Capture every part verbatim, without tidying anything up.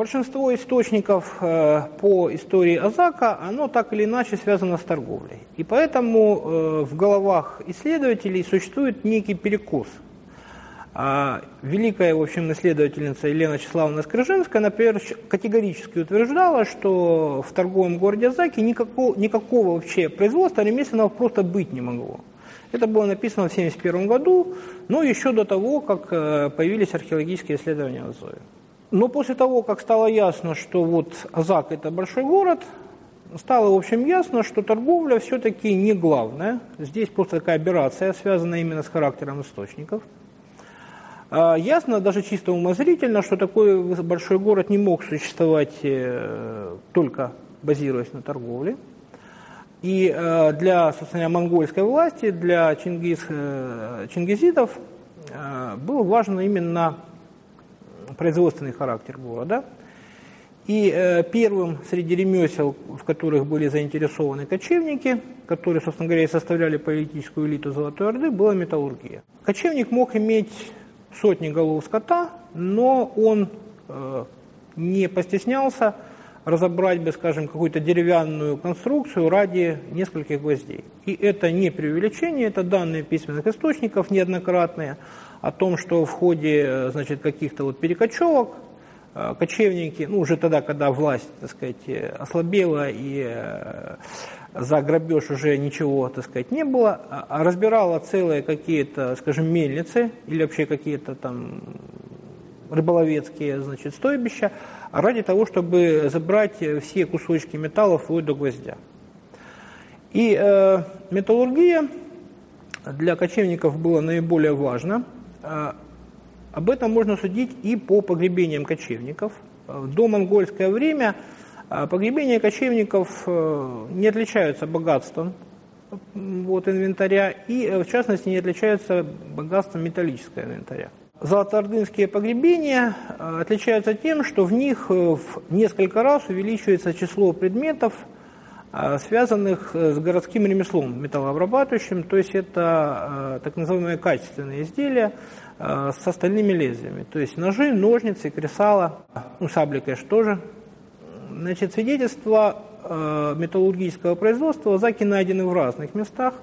большинство источников по истории Азака, оно так или иначе связано с торговлей. И поэтому в головах исследователей существует некий перекос. Великая, в общем, исследовательница Елена Вячеславовна Скрижинская, например, категорически утверждала, что в торговом городе Азаке никакого, никакого вообще производства ремесленного просто быть не могло. Это было написано в тысяча девятьсот семьдесят первом году, но еще до того, как появились археологические исследования в Азове. Но после того, как стало ясно, что вот Азак – это большой город, стало, в общем, ясно, что торговля все-таки не главная. Здесь просто такая аберрация, связанная именно с характером источников. Ясно, даже чисто умозрительно, что такой большой город не мог существовать только базируясь на торговле. И для, собственно, монгольской власти, для чингиз, чингизидов был важен именно производственный характер города. И э, первым среди ремесел, в которых были заинтересованы кочевники, которые, собственно говоря, и составляли политическую элиту Золотой Орды, была металлургия. Кочевник мог иметь сотни голов скота, но он э, не постеснялся разобрать бы, скажем, какую-то деревянную конструкцию ради нескольких гвоздей. И это не преувеличение, это данные письменных источников неоднократные о том, что в ходе, значит, каких-то вот перекочевок кочевники, ну уже тогда, когда власть, так сказать, ослабела и за грабеж уже ничего, так сказать, не было, а разбирала целые какие-то, скажем, мельницы или вообще какие-то там рыболовецкие, значит, стойбища, ради того, чтобы забрать все кусочки металла вплоть до гвоздя. И э, металлургия для кочевников была наиболее важна. Э, об этом можно судить и по погребениям кочевников. В домонгольское время э, погребения кочевников э, не отличаются богатством вот, инвентаря и, в частности, не отличаются богатством металлического инвентаря. Золотоордынские погребения отличаются тем, что в них в несколько раз увеличивается число предметов, связанных с городским ремеслом металлообрабатывающим, то есть это так называемые качественные изделия с остальными лезвиями, то есть ножи, ножницы, кресала, ну сабли, конечно, тоже. Значит, свидетельства металлургического производства в Азаке найдены в разных местах.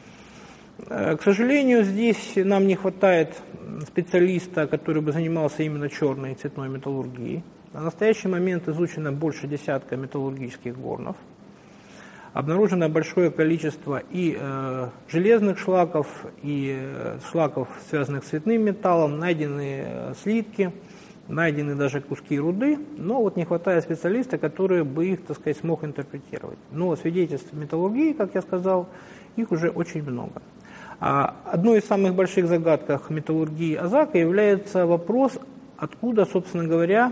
К сожалению, здесь нам не хватает специалиста, который бы занимался именно черной и цветной металлургией. На настоящий момент изучено больше десятка металлургических горнов. Обнаружено большое количество и э, железных шлаков, и э, шлаков, связанных с цветным металлом, найдены э, слитки, найдены даже куски руды, но вот не хватает специалиста, который бы их, так сказать, смог интерпретировать. Но свидетельств металлургии, как я сказал, их уже очень много. Одной из самых больших загадок металлургии Азака является вопрос, откуда, собственно говоря,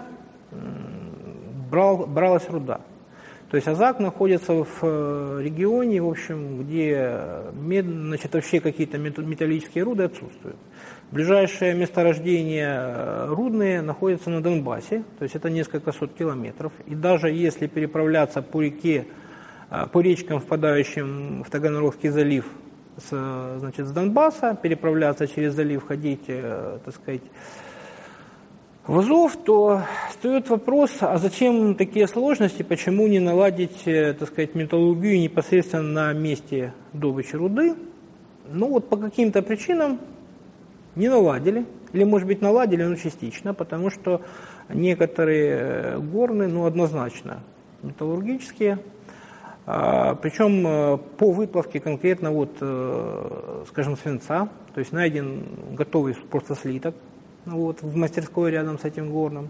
брал, бралась руда. То есть Азак находится в регионе, в общем, где значит, вообще какие-то металлические руды отсутствуют. Ближайшее месторождение рудные находится на Донбассе, то есть это несколько сот километров. И даже если переправляться по реке, по речкам, впадающим в Таганрогский залив, С, значит, с Донбасса, переправляться через залив, ходить, э, так сказать, в Азов, то встает вопрос, а зачем такие сложности, почему не наладить, э, так сказать, металлургию непосредственно на месте добычи руды? Ну вот по каким-то причинам не наладили, или может быть наладили, но частично, потому что некоторые горны, ну однозначно металлургические, причем по выплавке конкретно, вот, скажем, свинца, то есть найден готовый просто слиток вот, в мастерской рядом с этим горном.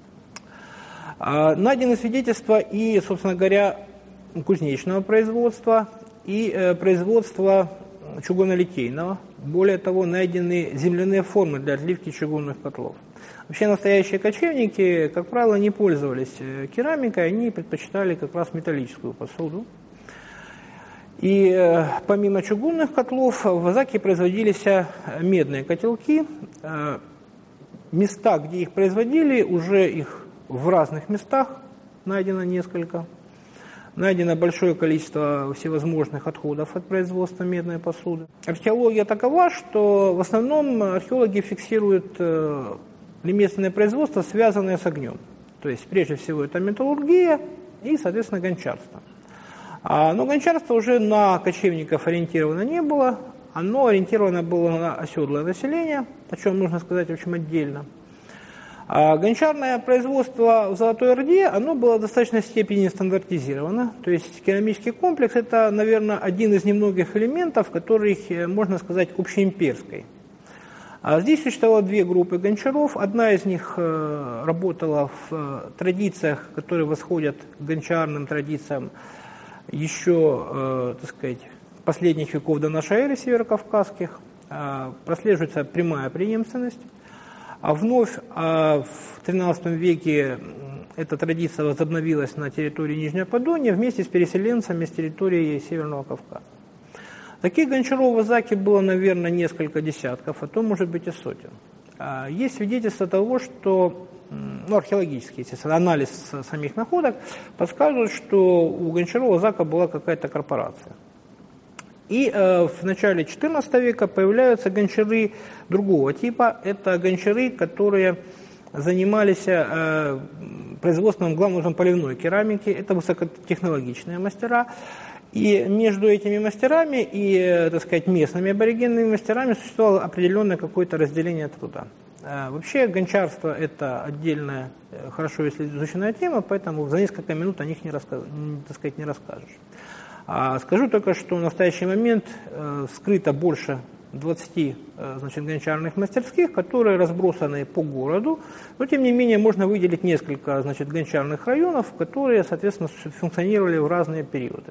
Найдены свидетельства и, собственно говоря, кузнечного производства и производства чугунолитейного. Более того, найдены земляные формы для отливки чугунных котлов. Вообще настоящие кочевники, как правило, не пользовались керамикой, они предпочитали как раз металлическую посуду. И э, помимо чугунных котлов в Азаке производились медные котелки. Э, места, где их производили, уже их в разных местах найдено несколько. Найдено большое количество всевозможных отходов от производства медной посуды. Археология такова, что в основном археологи фиксируют э, ремесленное производство, связанное с огнем. То есть, прежде всего, это металлургия и, соответственно, гончарство. Но гончарство уже на кочевников ориентировано не было, оно ориентировано было на оседлое население, о чем нужно сказать, в общем, отдельно. А гончарное производство в Золотой Орде, оно было в достаточной степени стандартизировано, то есть керамический комплекс – это, наверное, один из немногих элементов, который, можно сказать, общеимперской. А здесь существовало две группы гончаров, одна из них работала в традициях, которые восходят к гончарным традициям, еще, э, так сказать, последних веков до нашей эры северокавказских, э, прослеживается прямая преемственность. А вновь э, в тринадцатом веке эта традиция возобновилась на территории Нижнего Подолья вместе с переселенцами с территории Северного Кавказа. Таких гончаров в Азаке было, наверное, несколько десятков, а то, может быть, и сотен. Э, есть свидетельство того, что ну, археологический, естественно, анализ самих находок подсказывает, что у гончаров Азака была какая-то корпорация. И э, в начале четырнадцатого века появляются гончары другого типа. Это гончары, которые занимались э, производством, главным образом, поливной керамики. Это высокотехнологичные мастера. И между этими мастерами и, так сказать, местными аборигенными мастерами существовало определенное какое-то разделение труда. Вообще гончарство – это отдельная, хорошо если изученная тема, поэтому за несколько минут о них не, рассказ, так сказать, не расскажешь. А скажу только, что в настоящий момент э, скрыто больше двадцати э, значит, гончарных мастерских, которые разбросаны по городу, но тем не менее можно выделить несколько, значит, гончарных районов, которые, соответственно, функционировали в разные периоды.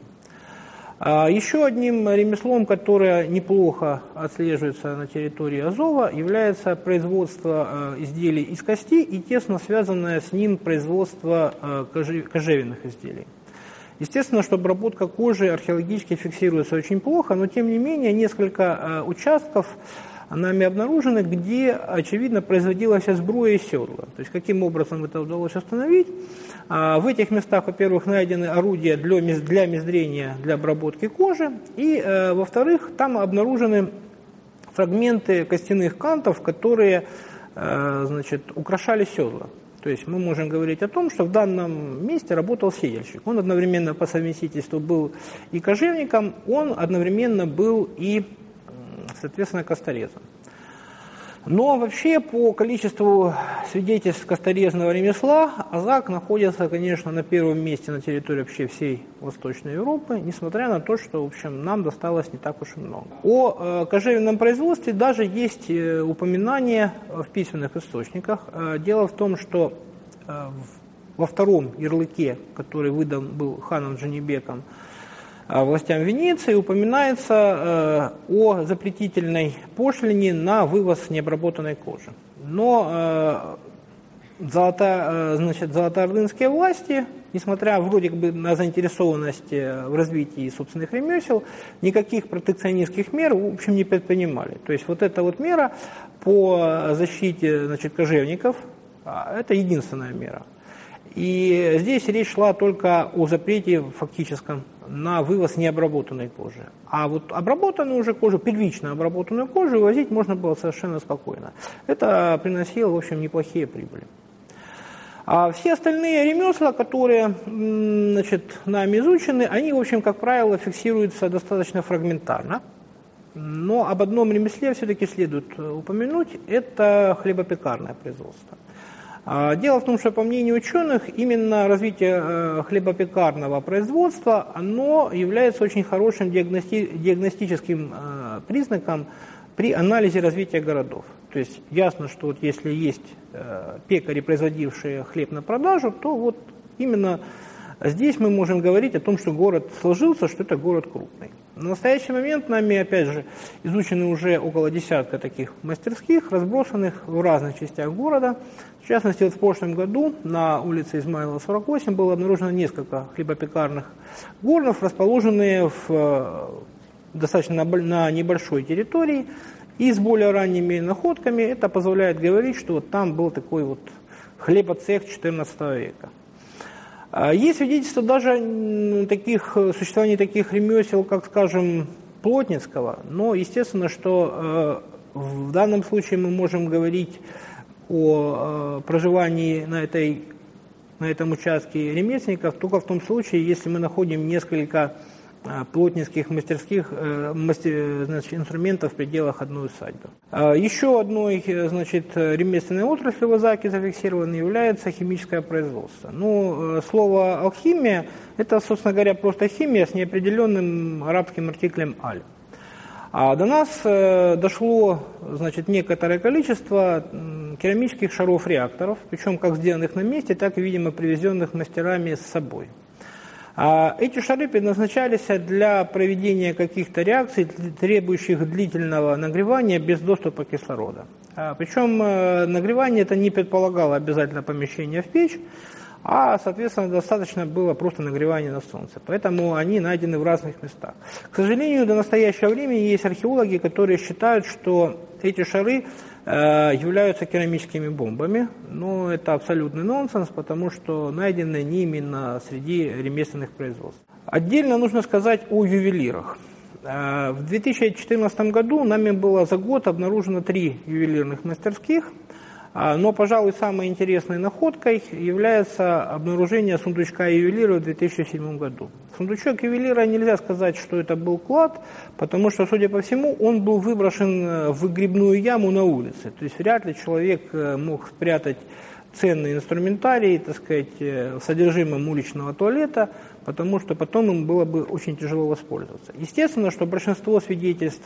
Еще одним ремеслом, которое неплохо отслеживается на территории Азова, является производство изделий из кости и тесно связанное с ним производство кожевенных изделий. Естественно, что обработка кожи археологически фиксируется очень плохо, но тем не менее несколько участков нами обнаружены, где, очевидно, производилась сбруя и седла. То есть, каким образом это удалось установить? В этих местах, во-первых, найдены орудия для мездрения, для обработки кожи, и, во-вторых, там обнаружены фрагменты костяных кантов, которые, значит, украшали седла. То есть мы можем говорить о том, что в данном месте работал седельщик. Он одновременно по совместительству был и кожевником, он одновременно был и, соответственно, косторезом. Но вообще по количеству свидетельств косторезного ремесла Азак находится, конечно, на первом месте на территории вообще всей Восточной Европы, несмотря на то, что, в общем, нам досталось не так уж и много. О э, кожевенном производстве даже есть э, упоминания в письменных источниках. Э, дело в том, что э, во втором ярлыке, который выдан был ханом Джанибеком властям Венеции, упоминается э, о запретительной пошлине на вывоз необработанной кожи. Но э, золото, э, значит, золотоордынские власти, несмотря вроде бы на заинтересованность в развитии собственных ремесел, никаких протекционистских мер, в общем, не предпринимали. То есть вот эта вот мера по защите, значит, кожевников, это единственная мера. И здесь речь шла только о запрете фактическом на вывоз необработанной кожи. А вот обработанную уже кожу, первично обработанную кожу вывозить можно было совершенно спокойно. Это приносило, в общем, неплохие прибыли. А все остальные ремесла, которые, значит, нами изучены, они, в общем, как правило, фиксируются достаточно фрагментарно. Но об одном ремесле все-таки следует упомянуть, это хлебопекарное производство. Дело в том, что, по мнению ученых, именно развитие хлебопекарного производства, оно является очень хорошим диагности- диагностическим признаком при анализе развития городов. То есть ясно, что вот если есть пекари, производившие хлеб на продажу, то вот именно здесь мы можем говорить о том, что город сложился, что это город крупный. На настоящий момент нами, опять же, изучены уже около десятка таких мастерских, разбросанных в разных частях города. В частности, вот в прошлом году на улице Измайлова, сорок восемь, было обнаружено несколько хлебопекарных горнов, расположенные в достаточно на небольшой территории и с более ранними находками. Это позволяет говорить, что вот там был такой вот хлебоцех четырнадцатого века. Есть свидетельства даже таких, существования таких ремесел, как, скажем, плотницкого, но естественно, что э, в данном случае мы можем говорить о э, проживании на этой на этом участке ремесленников только в том случае, если мы находим несколько плотницких мастерских мастер, значит, инструментов в пределах одной усадьбы. Еще одной, значит, ремесленной отраслью в Азаке зафиксированной является химическое производство. Ну, слово алхимия – это, собственно говоря, просто химия с неопределенным арабским артиклем «аль». А до нас дошло, значит, некоторое количество керамических шаров-реакторов, причем как сделанных на месте, так и, видимо, привезенных мастерами с собой. Эти шары предназначались для проведения каких-то реакций, требующих длительного нагревания без доступа кислорода. Причем нагревание это не предполагало обязательно помещение в печь, а, соответственно, достаточно было просто нагревания на солнце. Поэтому они найдены в разных местах. К сожалению, до настоящего времени есть археологи, которые считают, что эти шары являются керамическими бомбами, но это абсолютный нонсенс, потому что найдены они именно среди ремесленных производств. Отдельно нужно сказать о ювелирах. В две тысячи четырнадцатом году нами было за год обнаружено три ювелирных мастерских, но, пожалуй, самой интересной находкой является обнаружение сундучка ювелира в две тысячи седьмом году. Сундучок ювелира, нельзя сказать, что это был клад, потому что, судя по всему, он был выброшен в выгребную яму на улице. То есть вряд ли человек мог спрятать ценный инструментарий, так сказать, в содержимом уличного туалета, потому что потом им было бы очень тяжело воспользоваться. Естественно, что большинство свидетельств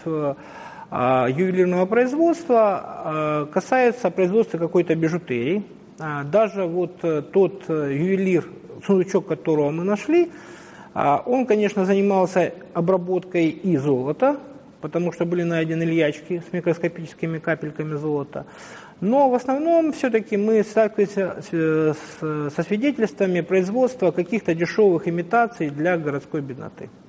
ювелирного производства касается производства какой-то бижутерии. Даже вот тот ювелир, сундучок которого мы нашли, он, конечно, занимался обработкой и золота, потому что были найдены льячки с микроскопическими капельками золота. Но в основном все-таки мы сталкиваемся со свидетельствами производства каких-то дешевых имитаций для городской бедноты.